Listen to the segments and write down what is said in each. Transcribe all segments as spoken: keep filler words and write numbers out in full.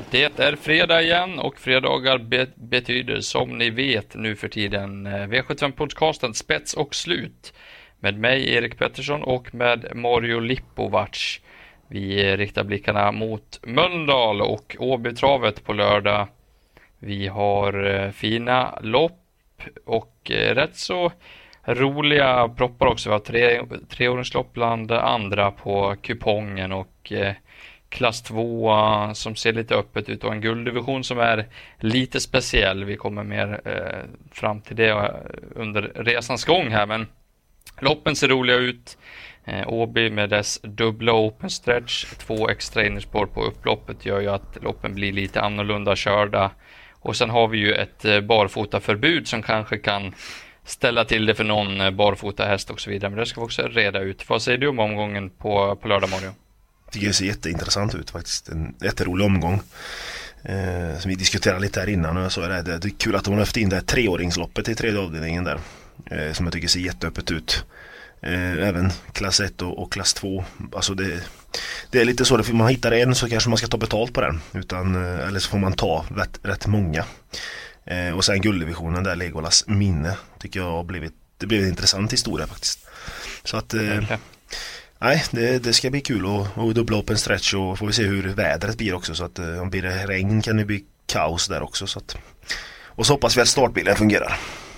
Det är fredag igen och fredagar be- betyder som ni vet nu för tiden V sjuttiofem-podcasten Spets och slut med mig Erik Pettersson och med Mario Lipovac. Vi riktar blickarna mot Mölndal och Åbytravet på lördag. Vi har fina lopp och rätt så roliga proppar också. Vi har tre, treåringslopp bland andra på kupongen och klass två som ser lite öppet ut och en gulddivision som är lite speciell. Vi kommer mer eh, fram till det under resans gång här, men loppen ser roliga ut. Eh, Åby med dess dubbla open stretch, två extra innerspår på upploppet gör ju att loppen blir lite annorlunda körda. Och sen har vi ju ett eh, barfotaförbud som kanske kan ställa till det för någon eh, barfota häst och så vidare. Men det ska vi också reda ut. Vad säger du om omgången på, på lördag, Mario? Jag tycker det ser jätteintressant ut faktiskt. En jätterolig omgång. Eh, som vi diskuterade lite här innan. Och så är det, det är kul att de har haft in det här treåringsloppet i tredje avdelningen där. Eh, som jag tycker ser jätteöppet ut. Eh, även klass ett och, och klass två. Alltså det, det är lite så. För man hittar en så kanske man ska ta betalt på den. Utan, eh, eller så får man ta rätt, rätt många. Eh, och sen gulddivisionen där, Legolas minne. Tycker jag har blivit, det blev en intressant historia faktiskt. Så att... Eh, okay. Nej, det, det ska bli kul att, att dubbla upp en stretch och får vi se hur vädret blir också. Så att om det blir regn kan det bli kaos där också. Så att, och så hoppas vi att startbilen fungerar.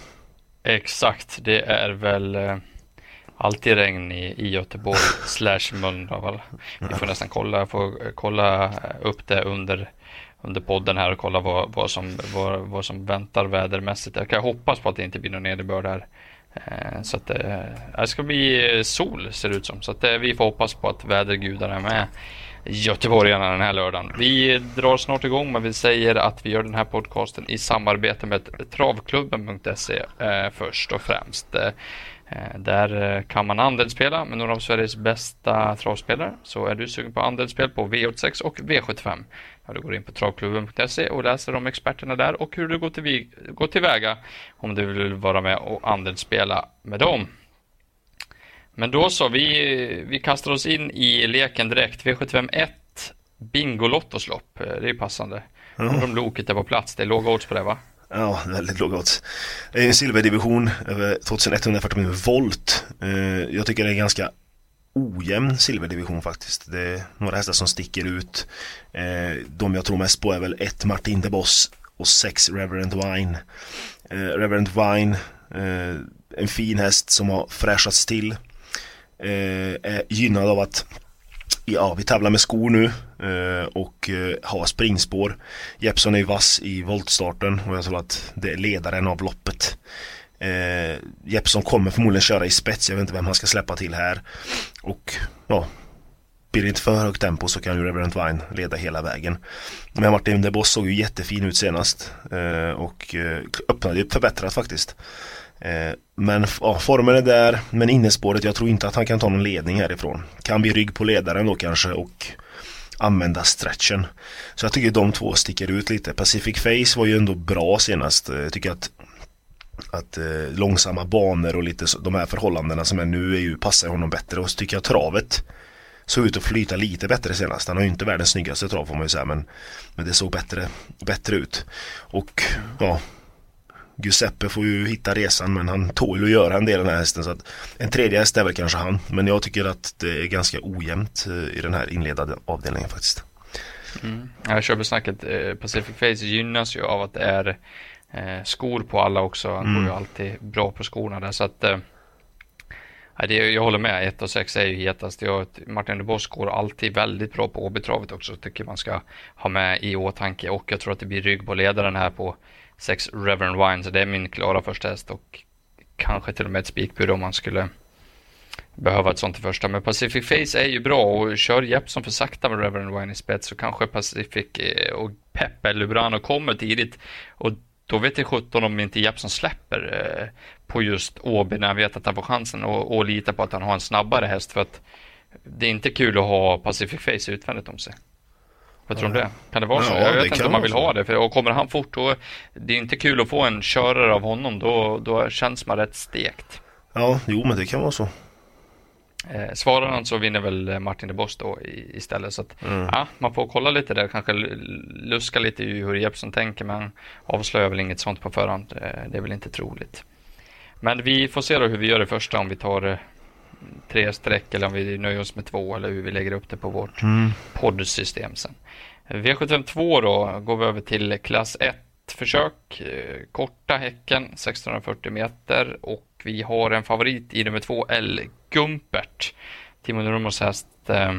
Exakt, det är väl eh, alltid regn i, i Göteborg slash Mölndal. Vi får nästan kolla, får kolla upp det under, under podden här och kolla vad, vad, som, vad, vad som väntar vädermässigt. Jag kan hoppas på att det inte blir någon nederbörd här. Så att det ska bli sol ser det ut som. Så att vi får hoppas på att vädergudarna är med göteborgarna den här lördagen. Vi drar snart igång, men vi säger att vi gör den här podcasten i samarbete med travklubben punkt se eh, först och främst. Eh, där kan man andelsspela med några av Sveriges bästa travspelare. Så är du sugen på andelsspel på V åttiosex och V sjuttiofem, ja, du går in på travklubben punkt se och läser om experterna där och hur du går, till, går tillväga om du vill vara med och andelsspela med dem. Men då så, vi, vi kastar oss in i leken direkt. V sjuttiofem ett Bingolottoslopp, det är ju passande. Mm. Om de loket är på plats, det är låga odds på det, va? Ja, väldigt låga odds. Det är en silverdivision över tjugoetthundrafyrtio volt. Jag tycker det är ganska ojämn silverdivision faktiskt. Det är några hästar som sticker ut. De jag tror mest på är väl ett Martin de Boss och sex Reverend Wine. Reverend Wine, en fin häst som har fräschats till. Är gynnad av att ja, vi tävlar med skor nu eh, och eh, har springspår. Jeppson är vass i voltstarten och jag tror att det är ledaren av loppet. Eh, Jeppson kommer förmodligen köra i spets. Jag vet inte vem han ska släppa till här. Och ja, blir det inte för högt tempo så kan ju Reverend Wine leda hela vägen. Men Martin de Boss såg ju jättefin ut senast eh, och eh, öppnade ju förbättrat faktiskt. Eh, men ja, formen är där, men innespåret, jag tror inte att han kan ta någon ledning härifrån. Kan bli rygg på ledaren då kanske och använda stretchen. Så jag tycker de två sticker ut lite. Pacific Face var ju ändå bra senast. Jag tycker att att eh, långsamma banor och lite så, de här förhållandena som är nu är ju, passar honom bättre. Och så tycker jag travet såg ut att flyta lite bättre senast. Han har ju inte världens snyggaste trav får man ju säga, men, men det såg bättre, bättre ut. Och ja, Giuseppe får ju hitta resan, men han tål att göra en del av den här hästen, så att en tredje häst är väl kanske han, men jag tycker att det är ganska ojämnt i den här inledande avdelningen faktiskt. Mm. Jag kör besnacket. Pacific Face gynnas ju av att det är eh, skor på alla också. Han mm. går ju alltid bra på skorna där, så att eh, det, jag håller med. ett och sex är ju hetast. Jag, Martin de Boss går alltid väldigt bra på Åbytravet också, tycker man ska ha med i åtanke, och jag tror att det blir rygg på ledaren här på sex Reverend Wine, så det är min klara första häst och kanske till och med ett spikbud om man skulle behöva ett sånt till första. Men Pacific Face är ju bra och kör Jeppson för sakta med Reverend Wine i spets, så kanske Pacific och Peppe Lubrano kommer tidigt, och då vet jag sjutton om inte Jeppson släpper eh, på just Åby när han vet att han får chansen, och, och lita på att han har en snabbare häst, för att det är inte kul att ha Pacific Face utvändigt om sig. Vad tror du det? Kan det vara så? Ja, jag vet inte om man vill ha det. För, och kommer han fort, då, det är inte kul att få en körare av honom. Då, då känns man rätt stekt. Ja, jo, men det kan vara så. Eh, svarar han så vinner väl Martin de Boss då i, istället. Så att, Mm. ja, man får kolla lite där, kanske luska lite i hur Jeppson tänker, men avslöjar väl inget sånt på förhand. Eh, det är väl inte troligt. Men vi får se då hur vi gör det första, om vi tar eh, tre streck eller om vi nöjer oss med två, eller hur vi lägger upp det på vårt Mm. poddsystem sen. V sjuttiofem då går vi över till klass ett försök, eh, korta häcken sextonhundrafyrtio meter, och vi har en favorit i nummer två, L Gumpert, Timo Nurmos häst, eh,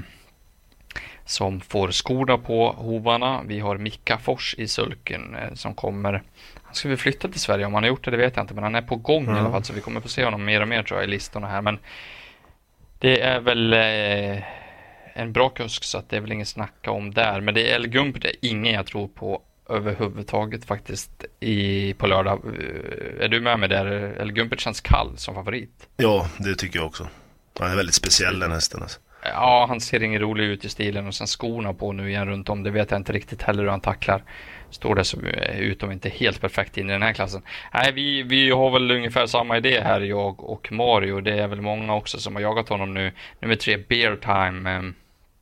som får skorna på hovarna. Vi har Mika Fors i sulken eh, som kommer, han ska vi flytta till Sverige, om han har gjort det, det vet jag inte, men han är på gång mm. i alla fall, så vi kommer få se honom mer och mer tror jag i listorna här. Men det är väl eh, en bra kusk, så att det är väl ingen snacka om där. Men det är L Gumpert, det är ingen jag tror på överhuvudtaget faktiskt i, på lördag. Är du med mig där? L Gumpert känns kall som favorit. Ja, det tycker jag också. Han är väldigt speciell den hästen alltså. Ja, han ser ingen rolig ut i stilen, och sen skorna på nu igen runt om, det vet jag inte riktigt heller hur han tacklar. Står det som utom inte helt perfekt in i den här klassen. Nej, vi, vi har väl ungefär samma idé här, jag och Mario. Det är väl många också som har jagat honom nu. Nummer tre, Bear Time.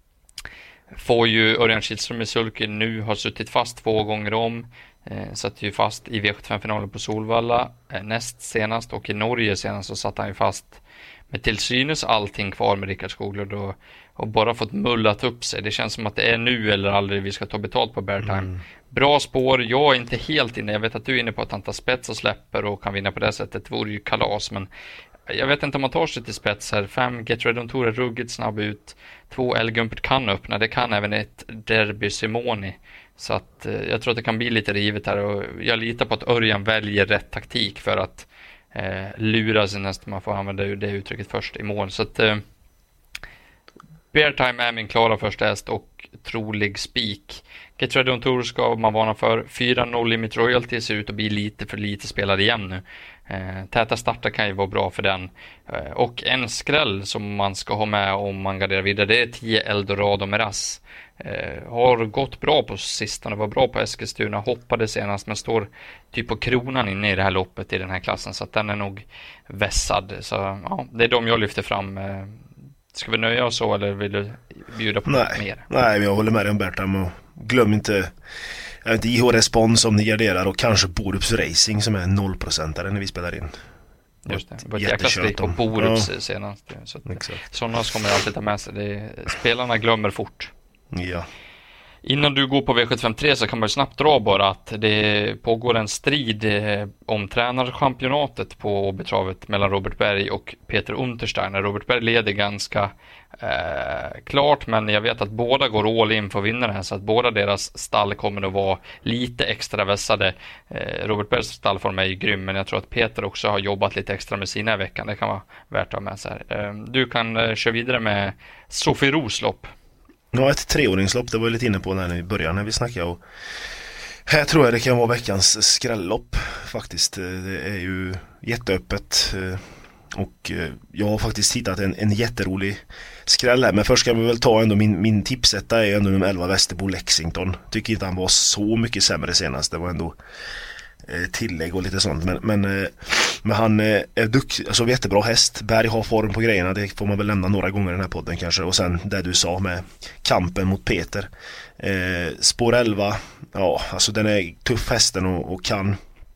Får ju Örjan Kihlström i sulken nu, har suttit fast två gånger om. Eh, satt ju fast i V sjuttiofem-finalen på Solvalla eh, näst senast, och i Norge senast så satt han ju fast med till synes allting kvar med Rickard Skoglund och, och bara fått mullat upp sig. Det känns som att det är nu eller aldrig vi ska ta betalt på Bear Time. Mm. Bra spår, jag är inte helt inne. Jag vet att du är inne på att han tar spets och släpper och kan vinna på det sättet. Det vore ju kalas, men jag vet inte om man tar sig till spets här. Fem Get Red On Tour är ruggigt snabb ut. Två L Gumpert kan öppna. Det kan även ett Derby Simoni. Så att eh, jag tror att det kan bli lite rivet här, och jag litar på att Örjan väljer rätt taktik för att eh, lura sig nästan, man får använda det uttrycket först i mål. Så att eh, Bear Time är min klara första häst och trolig spik. Get Ready On Tour ska man varna för. fyra noll Limit Royalty ser ut att bli lite för lite spelad igen nu. Eh, täta starter kan ju vara bra för den. Eh, och en skräll som man ska ha med om man garderar vidare, det är tio Eldorado Meras. Eh, har gått bra på sistone, var bra på Eskilstuna, hoppade senast, men står typ på kronan inne i det här loppet i den här klassen, så att den är nog vässad. Så ja, det är de jag lyfter fram. Eh, ska vi nöja oss så, eller vill du bjuda på Nej. något mer? Nej, men jag håller med dig om Bertam, och glöm inte jag vet inte, I H Respons om ni garderar, och kanske Borups Racing som är noll procentare när vi spelar in. Just det, det var ett jäkla skrik på Borups ja. senast. Så att, sådana ska man ju alltid ta med sig. Det är, spelarna glömmer fort. Ja. Innan du går på V sjuttiofem tre så kan man ju snabbt dra bara att det pågår en strid om tränarchampionatet på Åbytravet mellan Robert Berg och Peter Untersteiner. Robert Berg leder ganska eh, klart, men jag vet att båda går all in för att vinna det här, så att båda deras stall kommer att vara lite extra vässade. Eh, Robert Bergs stallform är ju grym, men jag tror att Peter också har jobbat lite extra med sina i veckan. Det kan vara värt att ha med sig här. Eh, du kan eh, köra vidare med Sofie Roslopp. Ja, ett treåringslopp, det var jag lite inne på när vi började när vi snackade, och här tror jag det kan vara veckans skrällopp faktiskt. Det är ju jätteöppet, och jag har faktiskt hittat en, en jätterolig skräll här, men först ska vi väl ta ändå min, min tipsetta är ändå nummer elva Västerbo Lexington. Tycker inte han var så mycket sämre senast, det var ändå tillägg och lite sånt, men, men, men han är duktig, alltså jättebra häst. Berg har form på grejerna, det får man väl nämna några gånger i den här podden kanske, och sen det du sa med kampen mot Peter. eh, spår elva, ja alltså den är tuff hästen och, och kan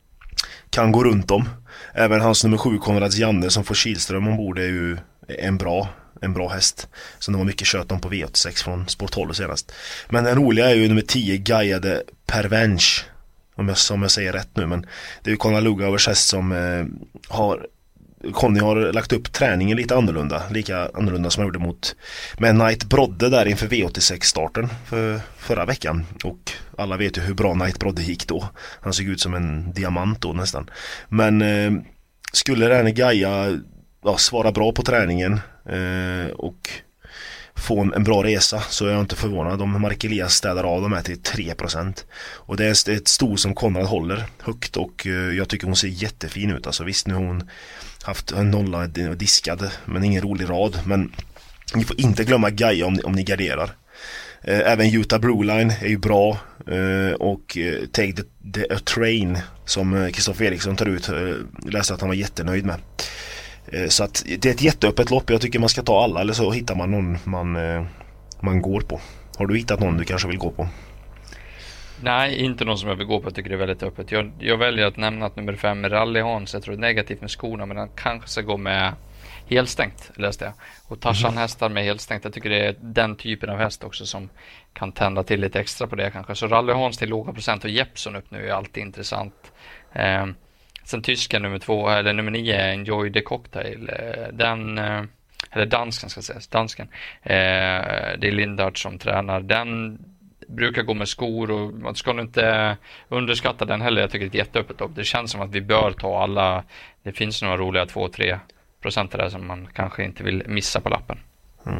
kan gå runt om. Även hans nummer sju Konrads Janne som får Kihlström ombord är ju en bra en bra häst, så det var mycket kött om på V åttiosex från spår tolv senast. Men den roliga är ju nummer tio Gaiade Pervenche, om jag, som jag säger rätt nu, men det är ju Conor Lugauers häst som eh, har Conny har lagt upp träningen lite annorlunda, lika annorlunda som jag gjorde mot med Knight Brodde där inför V åttiosex-starten för, förra veckan, och alla vet ju hur bra Knight Brodde gick då. Han såg ut som en diamant då nästan. Men eh, skulle den Gaia ja, svara bra på träningen eh, och få en, en bra resa, så är jag inte förvånad om Mark Elias städar av dem här till tre procent. Och det är ett sto som Konrad håller högt, och eh, jag tycker hon ser jättefin ut. Alltså visst, nu har hon haft en nolla diskad, men ingen rolig rad. Men ni får inte glömma Gaia om ni, om ni garderar. Eh, även Utah Broline är ju bra, eh, och eh, Take the, the a Train som Kristoffer Eriksson tar ut, eh, läste att han var jättenöjd med. Eh, så att det är ett jätteöppet lopp. Jag tycker man ska ta alla, eller så hittar man någon man, eh, man går på. Har du hittat någon du kanske vill gå på? Nej, inte någon som jag vill gå på. Jag tycker det är väldigt öppet. Jag, jag väljer att nämna att nummer fem är Rally Hans. Jag tror det är negativt med skorna, men han kanske ska gå med helstängt, läste jag. Och Tarzan mm. hästar med helstängt. Jag tycker det är den typen av häst också som kan tända till lite extra på det kanske. Så Rally Hans till låga procent och Jeppson upp nu är alltid intressant. Eh, sen tysken nummer två, eller nummer nio, Enjoy the Cocktail. Eh, den, eh, eller dansken ska sägas, dansken. Eh, det är Lindart som tränar. Den brukar gå med skor och man ska nog inte underskatta den heller. Jag tycker det är ett jätteöppet lopp. Det känns som att vi bör ta alla. Det finns några roliga två tre procent där som man kanske inte vill missa på lappen. Mm.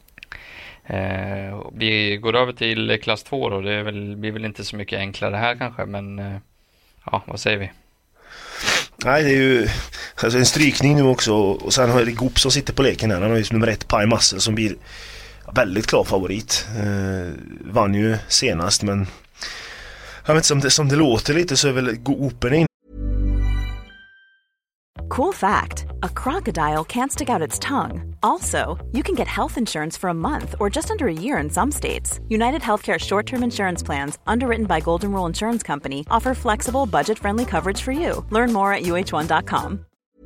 Eh, vi går över till klass två då. Det är väl, blir väl inte så mycket enklare här kanske, men eh, ja, vad säger vi? Nej, det är ju alltså en strykning nu också, och sen har det Goop som sitter på leken här. Han har ju nummer ett Pie Muscle som blir väldigt klar favorit. Eh, vann ju senast, men jag vet inte, som det, som det låter lite så är väl Goopen in. Cool fact, a crocodile can't stick out its tongue. Also, you can get health insurance for a month or just under a year in some states. United Healthcare short-term insurance plans, underwritten by Golden Rule Insurance Company, offer flexible, budget-friendly coverage for you. Learn more at U H one dot com.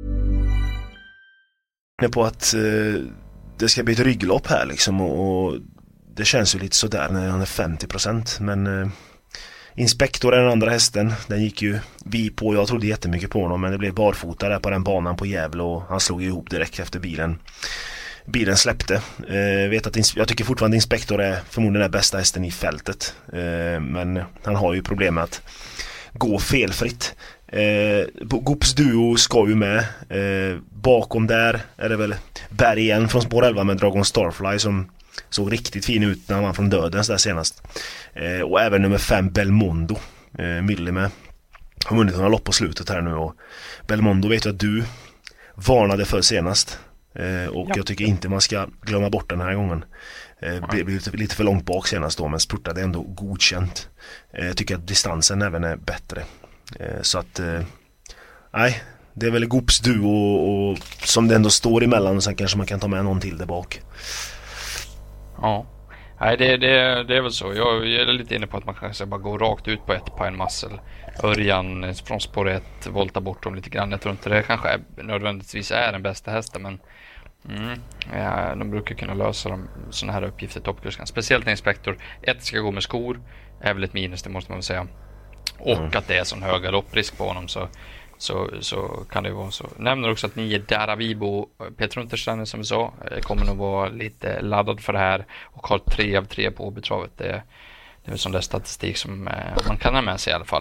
På att eh, det ska bli ett rygglopp här liksom, och, och det känns ju lite sådär när han är femtio procent, men eh, Inspektor är den andra hästen. Den gick ju vi på, jag trodde jättemycket på honom, men det blev barfota där på den banan på Gävle och han slog ihop direkt efter bilen. Bilen släppte. Eh, vet att jag tycker fortfarande Inspektor är förmodligen den bästa hästen i fältet. Eh, men han har ju problem med att gå felfritt. Eh, Goops duo ska ju med. Eh, bakom där är det väl Berg igen från spår elva med Dragon Starfly som såg riktigt fin ut när han var från dödens där senast. Eh, och även nummer fem Belmondo. Eh, Millie med. Har vunnit några lopp på slutet här nu. Och Belmondo vet jag att du varnade för senast. Eh, och ja. Jag tycker inte man ska glömma bort den här gången. Eh, blev lite, lite för långt bak senast då, men spurtade ändå godkänt. Eh, jag tycker att distansen även är bättre. Eh, så att eh, nej, det är väl Goops duo och, och som det ändå står emellan, och sen kanske man kan ta med någon till där bak. Ja, nej det, det, det är väl så. Jag är lite inne på att man kanske bara går rakt ut på ett Pine Muscle. Örjan från spår ett, volta bort dem lite grann. Jag tror inte det kanske är, nödvändigtvis är den bästa hästen, men mm, ja, de brukar kunna lösa de, såna här uppgifter toppkurskan. Speciellt när Inspektor ett ska gå med skor är väl ett minus, det måste man väl säga. Och mm. att det är sån höga lopprisk på honom, så Så, så kan det vara så. Nämner också att nio Daravibo, Peter Untersteiner som vi sa, kommer nog vara lite laddad för det här och har tre av tre på betravet. Det, det är sån där statistik som man kan ha med sig i alla fall.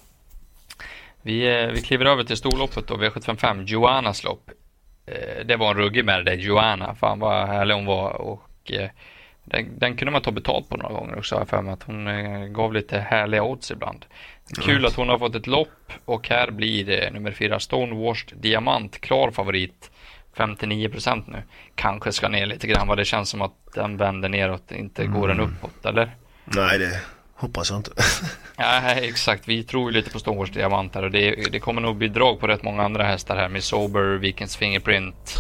Vi, vi kliver över till storloppet då, V sjuttiofem, Joannas lopp. Det var en ruggig med det, Joanna. Fan vad härlig hon var, och den, den kunde man ta betalt på några gånger också, för mig att hon gav lite härliga odds ibland. Kul mm. att hon har fått ett lopp, och här blir det nummer fyra Stonewashed Diamant, klar favorit, femtionio procent nu. Kanske ska ner lite grann, vad det känns som att den vänder neråt, inte mm. går den uppåt, eller? Nej, det hoppas jag inte. Ja, exakt, vi tror ju lite på Stonewashed Diamant här, och det, det kommer nog bli drag på rätt många andra hästar här med Sober, Vikings Fingerprint,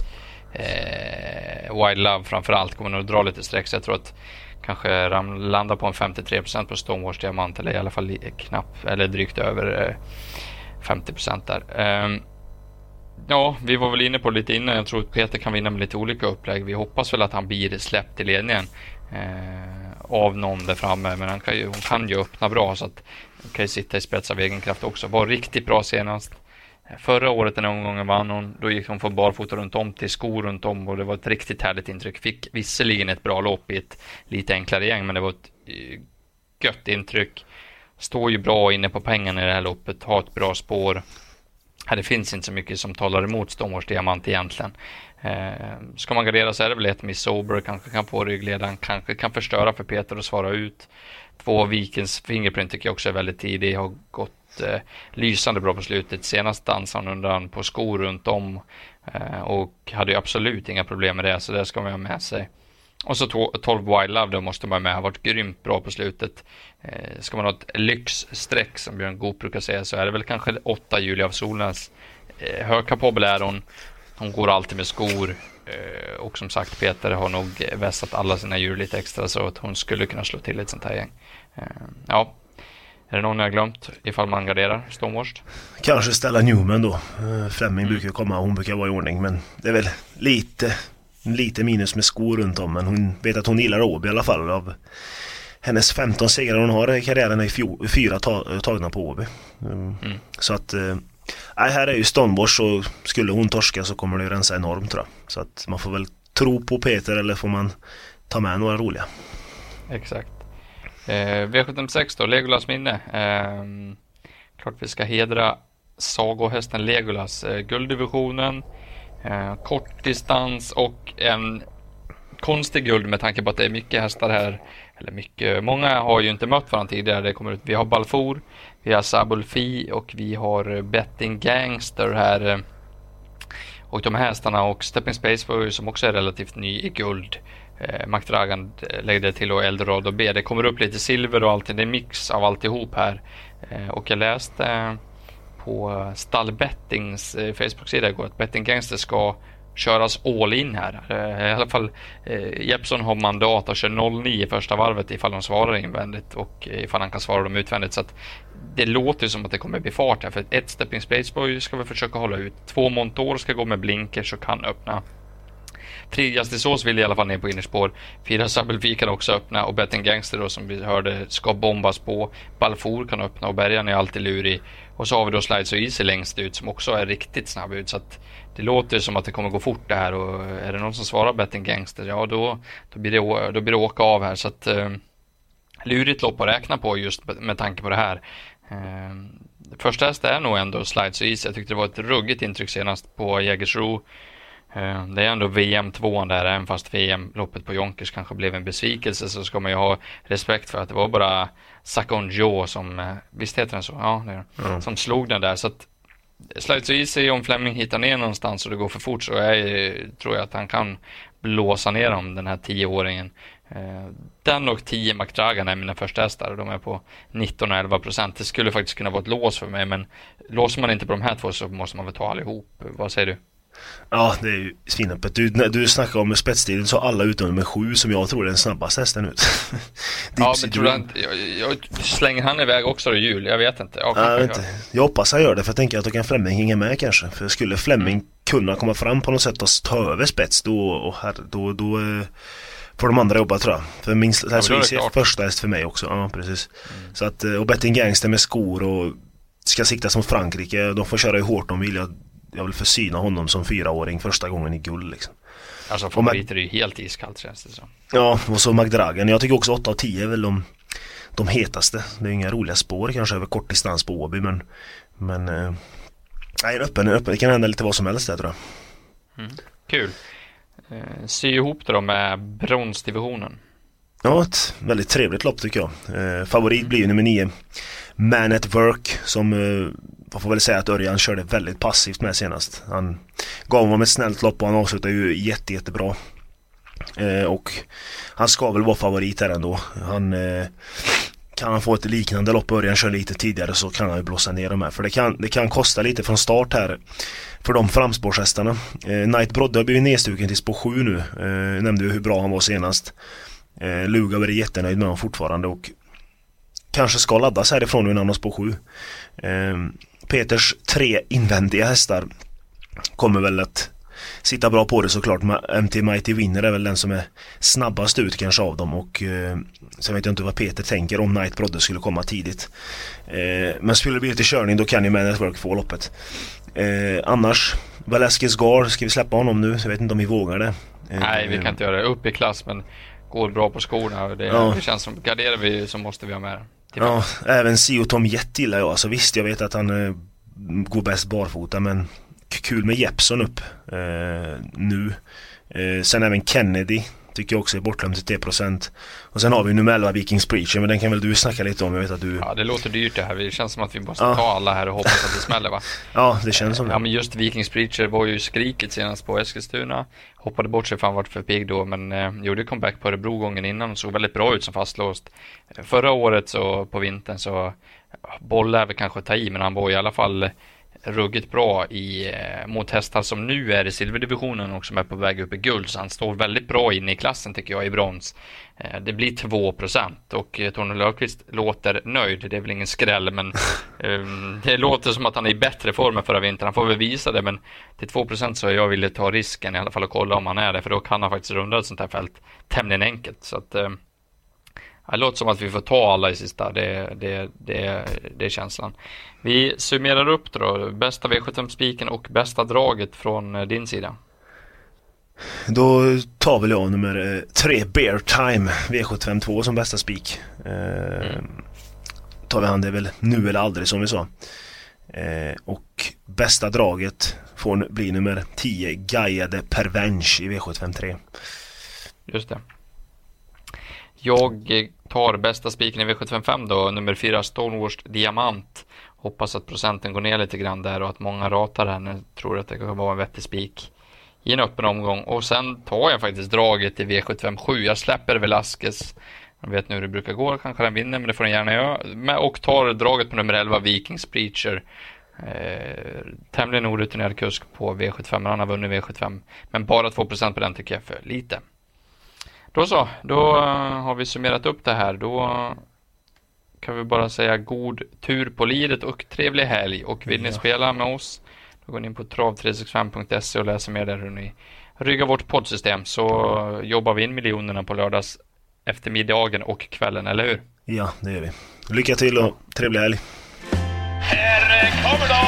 eh, Wild Love framförallt kommer nog dra lite streck, så jag tror att kanske landar på en femtiotre procent på Stonewashed Diamant, eller i alla fall knappt eller drygt över eh, femtio procent där. Um, ja, vi var väl inne på det lite innan. Jag tror att Peter kan vinna med lite olika upplägg. Vi hoppas väl att han blir släppt i ledningen eh, av någon där framme, men han kan ju, hon kan ju öppna bra, så att hon kan ju sitta i spets av egen kraft också. Var riktigt bra senast. Förra året den omgången vann hon, då gick hon från barfota runt om till skor runt om, och det var ett riktigt härligt intryck. Fick visserligen ett bra lopp i ett lite enklare gäng, men det var ett gött intryck. Står ju bra inne på pengarna i det här loppet, har ett bra spår. Här det finns inte så mycket som talar emot Stonewashed Diamant egentligen. Eh, ska man gardera så är det väl ett Miss Sober, kanske kan få ryggledaren, kanske kan förstöra för Peter och svara ut. Två Vikings Fingerprint tycker jag också är väldigt tidig, har gått Eh, lysande bra på slutet. Senast dansade han undan på skor runt om, eh, och hade ju absolut inga problem med det, så det ska man ha med sig. Och så to- tolv Wild Love, då måste man med, har varit grymt bra på slutet. Eh, ska man ha ett lyxsträck som Björn Goop brukar säga, så är det väl kanske åtta Julia av Solnäs. Eh, högkapabel är hon, hon går alltid med skor. Och som sagt, Peter har nog vässat alla sina djur lite extra så att hon skulle kunna slå till ett sånt här gäng. Ja, är det någon jag har glömt ifall man garderar Stonewashed? Kanske Stella Newman då. Fleming mm. brukar komma, hon brukar vara i ordning, men det är väl lite lite minus med skor runt om, men hon vet att hon gillar Åby i alla fall. Av hennes femton segrar hon har i karriären är fjol, fyra ta, tagna på Åby. Mm. Mm. Så att nej, här är ju Stonewashed, så skulle hon torska så kommer det rensa enormt, tror jag. Så att man får väl tro på Peter, eller får man ta med några roliga. Exakt. eh, V sjuttiosex då, Legolas minne. eh, Klart vi ska hedra sagohästen Legolas. eh, Gulddivisionen, eh, kortdistans och en konstig guld med tanke på att det är mycket hästar här. Eller mycket, många har ju inte mött varandra tidigare. Det kommer ut, vi har Balfour, vi har Sabulfi och vi har Betting Gangster här. Och de här hästarna och Stepping Space var ju, som också är relativt ny i guld. Eh, McDragan lägger till och Eldorado B. Det kommer upp lite silver och allting. Det är en mix av alltihop här. Eh, och jag läste eh, på Stall Bettings eh, Facebook-sida igår att Betting Gangster ska köras all in här. Eh, I alla fall eh, Jeppson har mandat att köra noll nio i första varvet ifall de svarar invändigt och ifall han kan svara dem utvändigt. Så att det låter som att det kommer bli fart här. För ett Stepping Space Boy ska vi försöka hålla ut. Två Montour ska gå med blinkers och kan öppna. Tre Justisås vill i alla fall ner på innerspår. Fyra Sabelvi kan också öppna. Och Betting Gangster då, som vi hörde, ska bombas på. Balfour kan öppna och Bergan är alltid lurig. Och så har vi då Slides och Easy längst ut som också är riktigt snabb ut. Så att det låter som att det kommer gå fort det här. Och är det någon som svarar Betting Gangster, ja då, då, blir, det, då blir det åka av här. Så att eh, lurigt lopp att räkna på just med tanke på det här. Eh, första häst är nog ändå Slides och Easy. Jag tyckte det var ett ruggigt intryck senast på Jägersro. Eh, det är ändå V M två där, även fast V M-loppet på Jonkers kanske blev en besvikelse, så ska man ju ha respekt för att det var bara Sakon Joe som, eh, visst heter den så? Ja, det är, mm. som slog den där. Så att Slides och Easy, om Fleming hittar ner någonstans och det går för fort, så är, tror jag att han kan blåsa ner om den här tioåringen. Eh, den och tio McDragan är mina första hästar. De är på nitton och elva procent. Det skulle faktiskt kunna vara ett lås för mig, men låser man inte på de här två så måste man väl ta allihop. Vad säger du? Ja, det är ju svinöppet. Du, du snackar om spetstiden, så alla utom nummer sju som jag tror är den snabbaste hästen ut. Ja, men tror jag, jag, jag slänger han iväg också då jul? Jag vet inte. Jag, ja, jag, inte. jag hoppas han gör det, för jag tänker att då kan Fleming hänga med kanske. För skulle Fleming mm. kunna komma fram på något sätt och ta över spets, då, och här, då, då eh, får de andra jobba, tror jag. För minst, ja, så är det första häst för mig också. Ja, precis. Mm. Så att, och Betting Gangster med skor och ska sikta som Frankrike. De får köra hur hårt de vill. Jag, jag vill försyna honom som fyraåring första gången i guld liksom. Alltså favoriter är ju helt iskallt, känns det så. Ja, och så McDragan. Jag tycker också åtta av tio är väl de, de hetaste. Det är inga roliga spår kanske över kort distans på Åby, men men eh, nej, öppen, öppen. Det kan hända lite vad som helst där, tror jag. Mm. Kul. Eh, sy ihop det då med bronsdivisionen. Ja, ett väldigt trevligt lopp tycker jag. Eh, favorit blir ju nummer nio, Man at Work, som eh, man får väl säga att Örjan körde väldigt passivt med senast. Han gav honom ett snällt lopp och han avslutade ju jätte, jättebra. Eh, och han ska väl vara favorit här ändå. Han, eh, kan han få ett liknande lopp och Örjan kör lite tidigare, så kan han ju blåsa ner dem här. För det kan, det kan kosta lite från start här för de framspårshästarna. Eh, Knight Brodde har blivit nedstuken till spår sju nu. Eh, nämnde ju hur bra han var senast. Eh, Luga var jättenöjd med honom fortfarande och kanske ska laddas härifrån nu när han har spår sju. Eh, Peters tre invändiga hästar kommer väl att sitta bra på det såklart. M T Mighty Winner är väl den som är snabbast ut kanske av dem, och eh, sen vet jag inte vad Peter tänker om Knight Brodde skulle komma tidigt. Eh, men skulle det bli till körning, då kan ju Man at Work få loppet. Eh, annars Velasquez Gar, ska vi släppa honom nu? Jag vet inte om vi vågar det. Eh, Nej, vi kan inte göra det. Upp i klass, men går bra på skorna. Det, ja. Det känns som, garderar vi så måste vi ha med det. Ja, även Sio Tom Jett gillar jag. Alltså visst, jag vet att han eh, går bäst barfota, men kul med Jeppson upp eh, nu. Eh, sen även Kennedy tycker jag också är bortglömd till tre procent. Och sen har vi nummer elva Vikings Preacher, men den kan väl du snacka lite om. Jag vet att du... Ja, det låter dyrt det här. Det känns som att vi måste ja. ta alla här och hoppas att det smäller, va? Ja, det känns som det. Ja, men just Vikings Preacher var ju skrikigt senast på Eskilstuna. Hoppade bort sig för han var för pigg då, men eh, gjorde comeback på Örebro gången innan och såg väldigt bra ut som fastlåst. Förra året så på vintern så bollade vi kanske ta i, men han var i alla fall ruggigt bra i, mot hästar som nu är i silverdivisionen och som är på väg upp i guld. Så han står väldigt bra inne i klassen tycker jag i brons. Det blir två procent och Tony Löfqvist låter nöjd. Det är väl ingen skräll, men um, det låter som att han är i bättre form än förra vintern. Han får väl visa det, men till två procent så jag ville ta risken i alla fall och kolla om han är det, för då kan han faktiskt runda ett sånt här fält tämligen enkelt. Så att um, det låter som att vi får ta alla i sista. Det, det, det, det är känslan. Vi summerar upp då. Bästa V sjuttiofem-spiken och bästa draget från din sida. Då tar väl jag nummer tre, Bear Time, V sjuttiofem två som bästa spik. Eh, mm. Tar vi han det väl nu eller aldrig som vi sa. Eh, och bästa draget får bli nummer tio, Gaia de Pervenche i V sjuttiofem tre. Just det. Jag tar bästa spiken i V sjuttiofem fem då, nummer fyra, Stonewashed Diamant. Hoppas att procenten går ner lite grann där och att många ratar henne. Tror att det kan vara en vettig spik i en öppen omgång. Och sen tar jag faktiskt draget i V sjuttiofem sju. Jag släpper Velasquez. Jag vet nu hur det brukar gå. Kanske den vinner, men det får den gärna göra. Och tar draget på nummer elva, Vikings Preacher. Eh, tämligen orutinerad kusk på V sjuttiofem. Han har vunnit V sjuttiofem. Men bara två procent på den tycker jag för lite. Då så. Då har vi summerat upp det här. Då kan vi bara säga god tur på liret och trevlig helg. Och vill ni ja. spela med oss, då går ni in på trav tre sextiofem punkt se och läser mer där hur ni ryggar vårt poddsystem. Så jobbar vi in miljonerna på lördags eftermiddagen och kvällen, eller hur? Ja, det gör vi. Lycka till och trevlig helg. Här kommer de!